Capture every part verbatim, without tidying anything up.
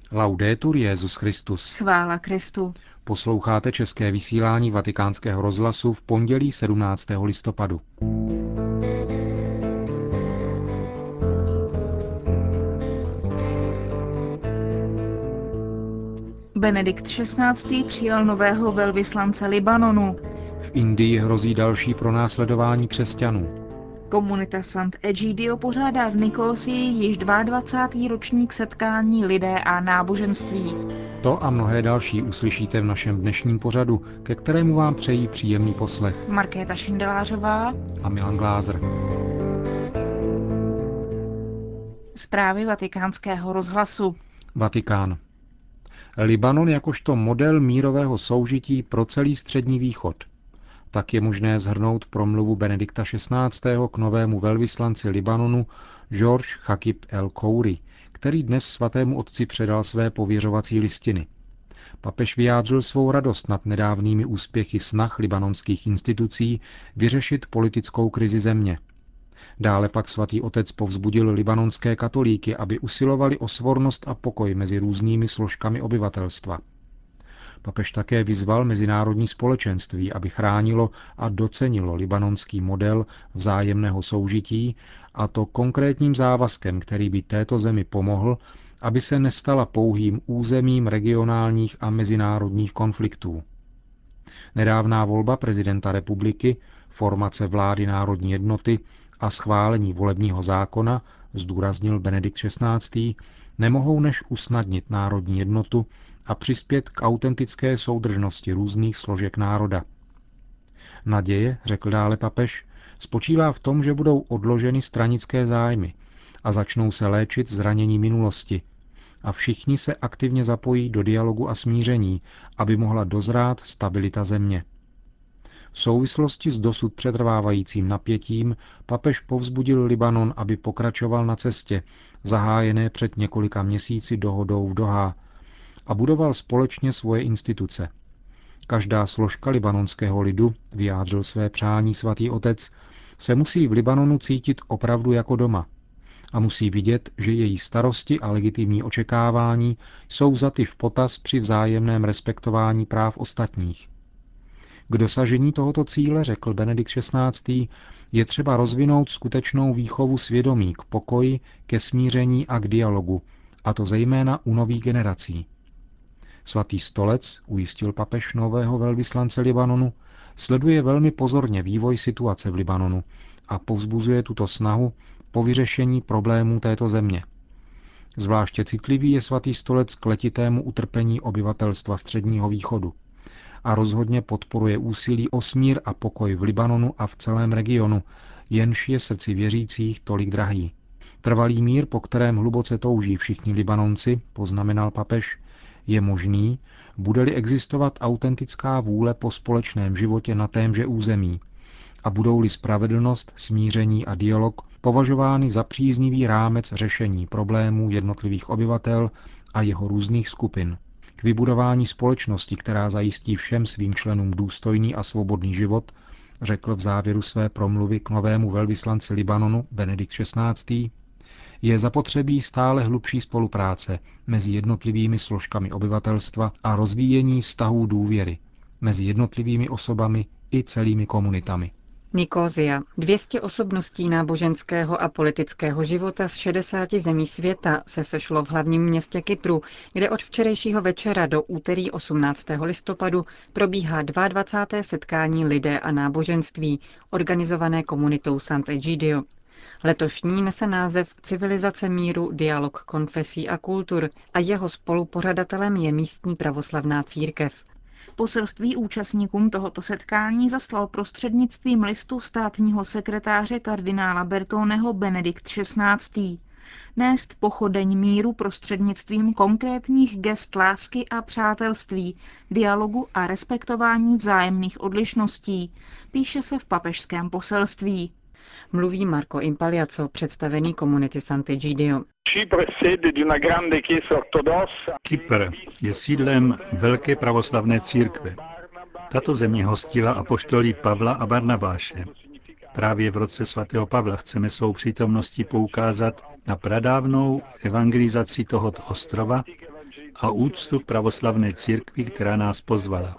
Laudetur Jesus Christus. Chvála Kristu. Posloucháte české vysílání Vatikánského rozhlasu v pondělí sedmnáctého listopadu. Benedikt šestnáctý. přijal nového velvyslance Libanonu. V Indii hrozí další pronásledování křesťanů. Komunita Sant'Egidio pořádá v Nikosii již dvacátý ročník setkání Lidé a náboženství. To a mnohé další uslyšíte v našem dnešním pořadu, ke kterému vám přejí příjemný poslech Markéta Šindelářová a Milan Glázer. Zprávy Vatikánského rozhlasu. Vatikán. Libanon jakožto model mírového soužití pro celý Střední východ. Tak je možné shrnout promluvu Benedikta šestnáctého. k novému velvyslanci Libanonu George Chakib el-Khouri, který dnes svatému otci předal své pověřovací listiny. Papež vyjádřil svou radost nad nedávnými úspěchy snah libanonských institucí vyřešit politickou krizi země. Dále pak svatý otec povzbudil libanonské katolíky, aby usilovali o svornost a pokoj mezi různými složkami obyvatelstva. Papež také vyzval mezinárodní společenství, aby chránilo a docenilo libanonský model vzájemného soužití, a to konkrétním závazkem, který by této zemi pomohl, aby se nestala pouhým územím regionálních a mezinárodních konfliktů. Nedávná volba prezidenta republiky, formace vlády národní jednoty a schválení volebního zákona, zdůraznil Benedikt šestnáctý., nemohou než usnadnit národní jednotu a přispět k autentické soudržnosti různých složek národa. Naděje, řekl dále papež, spočívá v tom, že budou odloženy stranické zájmy a začnou se léčit zranění minulosti a všichni se aktivně zapojí do dialogu a smíření, aby mohla dozrát stabilita země. V souvislosti s dosud přetrvávajícím napětím papež povzbudil Libanon, aby pokračoval na cestě, zahájené před několika měsíci dohodou v Dohá, a budoval společně svoje instituce. Každá složka libanonského lidu, vyjádřil své přání svatý otec, se musí v Libanonu cítit opravdu jako doma a musí vidět, že její starosti a legitimní očekávání jsou vzaty v potaz při vzájemném respektování práv ostatních. K dosažení tohoto cíle, řekl Benedikt šestnáctý., je třeba rozvinout skutečnou výchovu svědomí k pokoji, ke smíření a k dialogu, a to zejména u nových generací. Svatý stolec, ujistil papež nového velvyslance Libanonu, sleduje velmi pozorně vývoj situace v Libanonu a povzbuzuje tuto snahu po vyřešení problémů této země. Zvláště citlivý je svatý stolec k letitému utrpení obyvatelstva Středního východu a rozhodně podporuje úsilí o smír a pokoj v Libanonu a v celém regionu, jenž je srdci věřících tolik drahý. Trvalý mír, po kterém hluboce touží všichni Libanonci, poznamenal papež, je možný, bude-li existovat autentická vůle po společném životě na témže území a budou-li spravedlnost, smíření a dialog považovány za příznivý rámec řešení problémů jednotlivých obyvatel a jeho různých skupin. K vybudování společnosti, která zajistí všem svým členům důstojný a svobodný život, řekl v závěru své promluvy k novému velvyslanci Libanonu Benedikt šestnáctý., je zapotřebí stále hlubší spolupráce mezi jednotlivými složkami obyvatelstva a rozvíjení vztahů důvěry mezi jednotlivými osobami i celými komunitami. Nikosia. dvě stě osobností náboženského a politického života z šedesáti zemí světa se sešlo v hlavním městě Kypru, kde od včerejšího večera do úterý osmnáctého listopadu probíhá dvacáté druhé setkání Lidé a náboženství, organizované komunitou Sant'Egidio. Letošní nese název Civilizace míru, dialog konfesí a kultur a jeho spolupořadatelem je místní pravoslavná církev. Poselství účastníkům tohoto setkání zaslal prostřednictvím listu státního sekretáře kardinála Bertoneho Benedikt šestnáctý. Nést pochodeň míru prostřednictvím konkrétních gest lásky a přátelství, dialogu a respektování vzájemných odlišností, píše se v papežském poselství. Mluví Marco Impaliaco, představený komunity Sant'Egidio. Kypr je sídlem velké pravoslavné církve. Tato země hostila apoštolí Pavla a Barnabáše. Právě v roce svatého Pavla chceme svou přítomností poukázat na pradávnou evangelizaci tohoto ostrova, a úctu k pravoslavné církvi, která nás pozvala.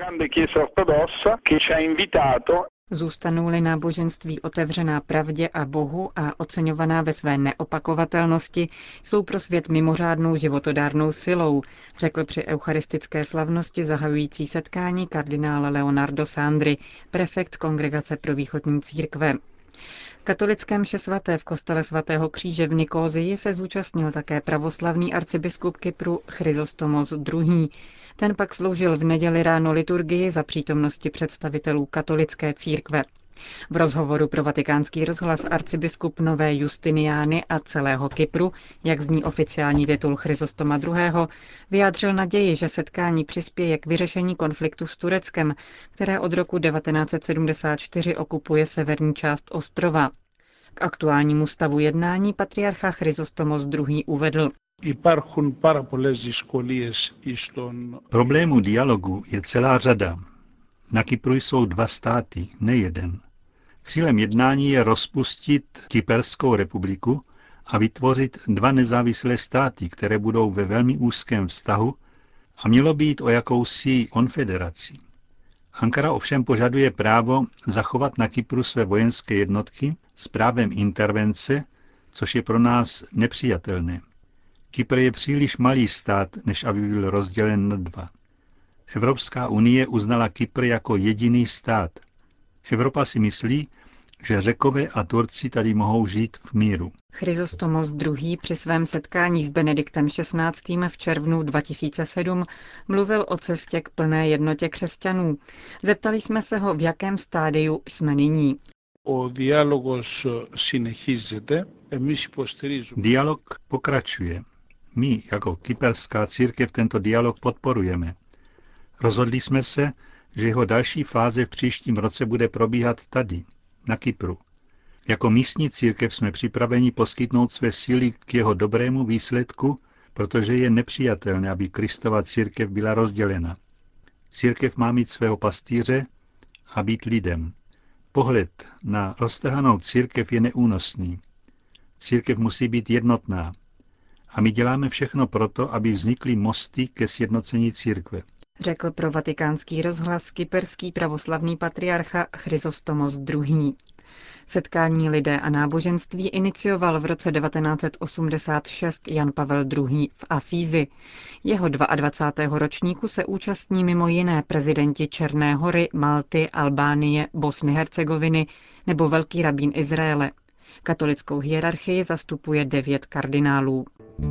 Zůstanou-li náboženství otevřená pravdě a Bohu a oceňovaná ve své neopakovatelnosti, jsou pro svět mimořádnou životodárnou silou, řekl při eucharistické slavnosti zahajující setkání kardinál Leonardo Sandri, prefekt Kongregace pro východní církve. Katolické mše svaté v kostele svatého kříže v Nikózii se zúčastnil také pravoslavný arcibiskup Kypru Chrysostomos druhý. Ten pak sloužil v neděli ráno liturgii za přítomnosti představitelů katolické církve. V rozhovoru pro Vatikánský rozhlas arcibiskup Nové Justiniány a celého Kypru, jak zní oficiální titul Chrysostoma druhého., vyjádřil naději, že setkání přispěje k vyřešení konfliktu s Tureckem, které od roku devatenáct set sedmdesát čtyři okupuje severní část ostrova. K aktuálnímu stavu jednání patriarcha Chrysostomos druhý. uvedl: Problémů dialogu je celá řada. Na Kypru jsou dva státy, ne jeden. Cílem jednání je rozpustit Kyperskou republiku a vytvořit dva nezávislé státy, které budou ve velmi úzkém vztahu, a mělo by jít o jakousi konfederaci. Ankara ovšem požaduje právo zachovat na Kypru své vojenské jednotky s právem intervence, což je pro nás nepřijatelné. Kypr je příliš malý stát, než aby byl rozdělen na dva. Evropská unie uznala Kypr jako jediný stát. Evropa si myslí, že Řekové a Turci tady mohou žít v míru. Chrysostomos druhý. při svém setkání s Benediktem šestnáctým. v červnu dva tisíce sedm mluvil o cestě k plné jednotě křesťanů. Zeptali jsme se ho, v jakém stádiu jsme nyní. Dialog pokračuje. My, jako kyperská církev, tento dialog podporujeme. Rozhodli jsme se, že jeho další fáze v příštím roce bude probíhat tady, na Kypru. Jako místní církev jsme připraveni poskytnout své síly k jeho dobrému výsledku, protože je nepřijatelné, aby Kristova církev byla rozdělena. Církev má mít svého pastýře a být lidem. Pohled na roztrhanou církev je neúnosný. Církev musí být jednotná. A my děláme všechno proto, aby vznikly mosty ke sjednocení církve. Řekl pro Vatikánský rozhlas kyperský pravoslavný patriarcha Chrysostomos druhý. Setkání lidé a náboženství inicioval v roce devatenáct set osmdesát šest Jan Pavel druhý. v Asízi. Jeho dvacátého druhého ročníku se účastní mimo jiné prezidenti Černé Hory, Malty, Albánie, Bosny Hercegoviny nebo velký rabín Izraele. Katolickou hierarchii zastupuje devět kardinálů.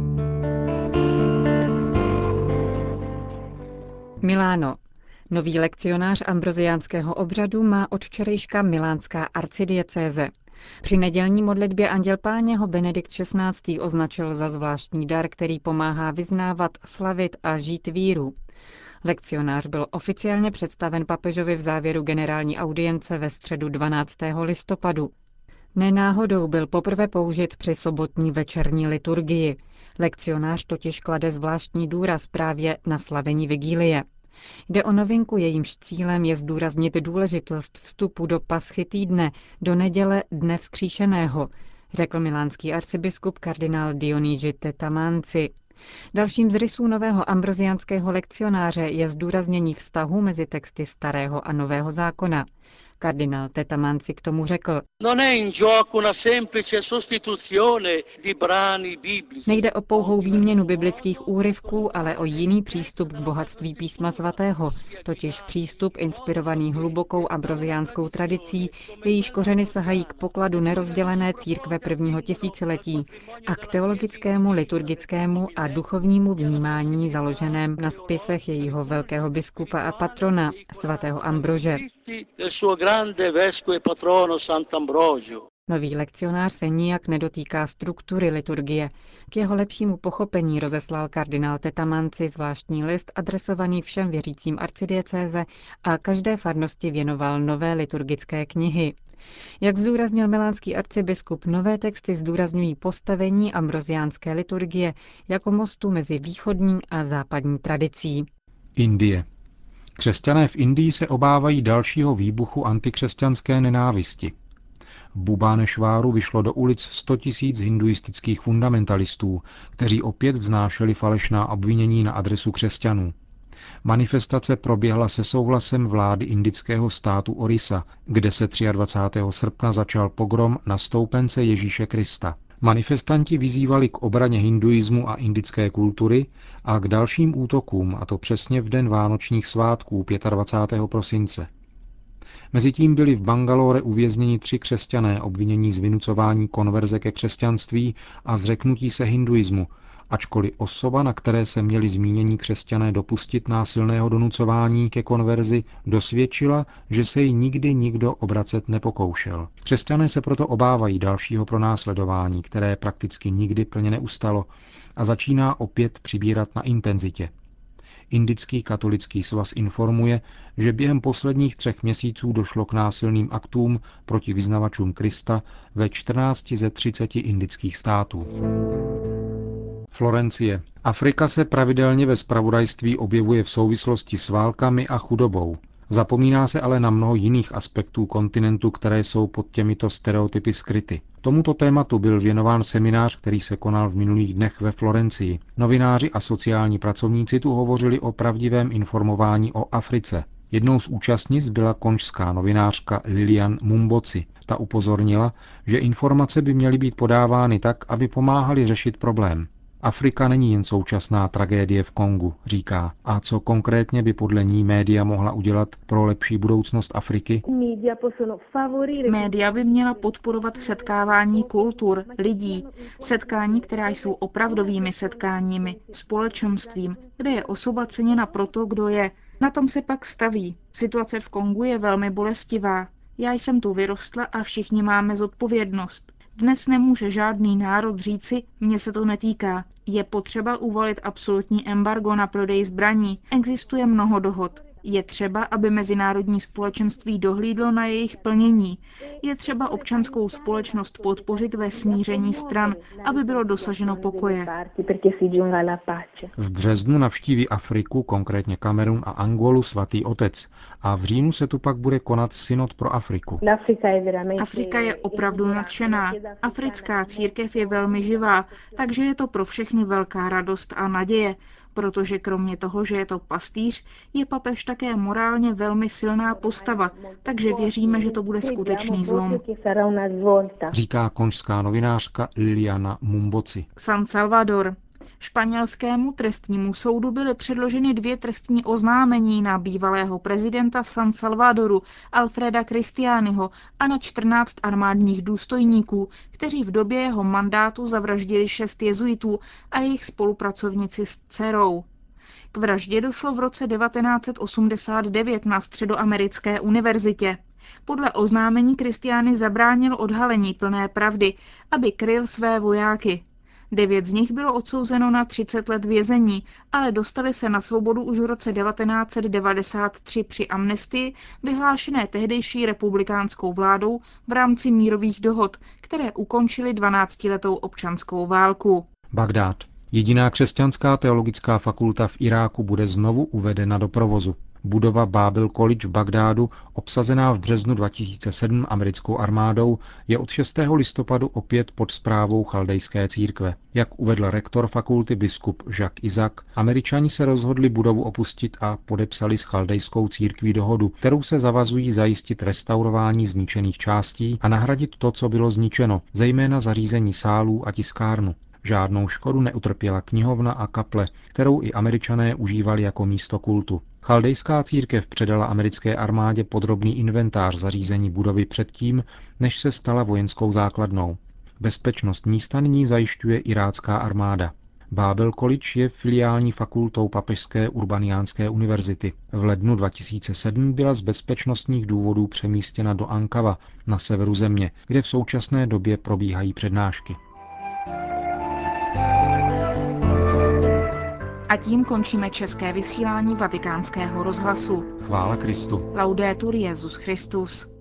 Miláno. Nový lekcionář ambroziánského obřadu má od včerejška milánská arcidiecéze. Při nedělní modlitbě Anděl Páně ho Benedikt šestnáctý. označil za zvláštní dar, který pomáhá vyznávat, slavit a žít víru. Lekcionář byl oficiálně představen papežovi v závěru generální audience ve středu dvanáctého listopadu. Nenáhodou byl poprvé použit při sobotní večerní liturgii. Lekcionář totiž klade zvláštní důraz právě na slavení vigílie. Jde o novinku, jejímž cílem je zdůraznit důležitost vstupu do paschy týdne, do neděle Dne vzkříšeného, řekl milánský arcibiskup kardinál Dionigi Tetamanci. Dalším z rysů nového ambroziánského lekcionáře je zdůraznění vztahu mezi texty Starého a Nového zákona. Kardinál Tetamanci k tomu řekl: Nejde o pouhou výměnu biblických úryvků, ale o jiný přístup k bohatství písma svatého, totiž přístup inspirovaný hlubokou ambroziánskou tradicí, jejíž kořeny sahají k pokladu nerozdělené církve prvního tisíciletí a k teologickému, liturgickému a duchovnímu vnímání založeném na spisech jejího velkého biskupa a patrona, svatého Ambrože. Nový lekcionář se nijak nedotýká struktury liturgie. K jeho lepšímu pochopení rozeslal kardinál Tetamanci zvláštní list adresovaný všem věřícím arcidiecéze a každé farnosti věnoval nové liturgické knihy. Jak zdůraznil milánský arcibiskup, nové texty zdůrazňují postavení ambroziánské liturgie jako mostu mezi východní a západní tradicí. Indie. Křesťané v Indii se obávají dalšího výbuchu antikřesťanské nenávisti. V Bubánešváru vyšlo do ulic sto tisíc hinduistických fundamentalistů, kteří opět vznášeli falešná obvinění na adresu křesťanů. Manifestace proběhla se souhlasem vlády indického státu Orissa, kde se dvacátého třetího srpna začal pogrom na stoupence Ježíše Krista. Manifestanti vyzývali k obraně hinduismu a indické kultury a k dalším útokům, a to přesně v den vánočních svátků dvacátého pátého prosince. Mezitím byli v Bangalore uvězněni tři křesťané obvinění z vynucování konverze ke křesťanství a zřeknutí se hinduismu, ačkoliv osoba, na které se měli zmínění křesťané dopustit násilného donucování ke konverzi, dosvědčila, že se jí nikdy nikdo obracet nepokoušel. Křesťané se proto obávají dalšího pronásledování, které prakticky nikdy plně neustalo a začíná opět přibírat na intenzitě. Indický katolický svaz informuje, že během posledních třech měsíců došlo k násilným aktům proti vyznavačům Krista ve čtrnácti ze třiceti indických států. Florencie. Afrika se pravidelně ve zpravodajství objevuje v souvislosti s válkami a chudobou. Zapomíná se ale na mnoho jiných aspektů kontinentu, které jsou pod těmito stereotypy skryty. Tomuto tématu byl věnován seminář, který se konal v minulých dnech ve Florencii. Novináři a sociální pracovníci tu hovořili o pravdivém informování o Africe. Jednou z účastnic byla konžská novinářka Lilian Mumboci. Ta upozornila, že informace by měly být podávány tak, aby pomáhaly řešit problém. Afrika není jen současná tragédie v Kongu, říká. A co konkrétně by podle ní média mohla udělat pro lepší budoucnost Afriky? Média by měla podporovat setkávání kultur, lidí, setkání, která jsou opravdovými setkáními, společenstvím, kde je osoba ceněna proto, kdo je. Na tom se pak staví. Situace v Kongu je velmi bolestivá. Já jsem tu vyrostla a všichni máme zodpovědnost. Dnes nemůže žádný národ říci, mně se to netýká. Je potřeba uvalit absolutní embargo na prodej zbraní. Existuje mnoho dohod. Je třeba, aby mezinárodní společenství dohlídlo na jejich plnění. Je třeba občanskou společnost podpořit ve smíření stran, aby bylo dosaženo pokoje. V březnu navštíví Afriku, konkrétně Kamerun a Angolu svatý otec a v říjnu se tu pak bude konat synod pro Afriku. Afrika je opravdu nadšená. Africká církev je velmi živá, takže je to pro všechny velká radost a naděje, protože kromě toho, že je to pastýř, je papež také morálně velmi silná postava, takže věříme, že to bude skutečný zlom. Říká konžská novinářka Liliana Mumboci. San Salvador. Španělskému trestnímu soudu byly předloženy dvě trestní oznámení na bývalého prezidenta San Salvadoru Alfreda Cristianiho a na čtrnáct armádních důstojníků, kteří v době jeho mandátu zavraždili šest jezuitů a jejich spolupracovnici s dcerou. K vraždě došlo v roce devatenáct set osmdesát devět na Středoamerické univerzitě. Podle oznámení Cristiani zabránil odhalení plné pravdy, aby kryl své vojáky. Devět z nich bylo odsouzeno na třicet let vězení, ale dostali se na svobodu už v roce devatenáct set devadesát tři při amnestii, vyhlášené tehdejší republikánskou vládou v rámci mírových dohod, které ukončily dvanáctiletou občanskou válku. Bagdád. Jediná křesťanská teologická fakulta v Iráku bude znovu uvedena do provozu. Budova Babel College v Bagdádu, obsazená v březnu dva tisíce sedm americkou armádou, je od šestého listopadu opět pod správou chaldejské církve. Jak uvedl rektor fakulty biskup Jacques Isaac, Američani se rozhodli budovu opustit a podepsali s chaldejskou církví dohodu, kterou se zavazují zajistit restaurování zničených částí a nahradit to, co bylo zničeno, zejména zařízení sálů a tiskárnu. Žádnou škodu neutrpěla knihovna a kaple, kterou i Američané užívali jako místo kultu. Chaldejská církev předala americké armádě podrobný inventář zařízení budovy předtím, než se stala vojenskou základnou. Bezpečnost místa nyní zajišťuje irácká armáda. Babel College je filiální fakultou Papežské urbaniánské univerzity. V lednu dva tisíce sedm byla z bezpečnostních důvodů přemístěna do Ankava na severu země, kde v současné době probíhají přednášky. A tím končíme české vysílání Vatikánského rozhlasu. Chvála Kristu. Laudetur Jesus Christus.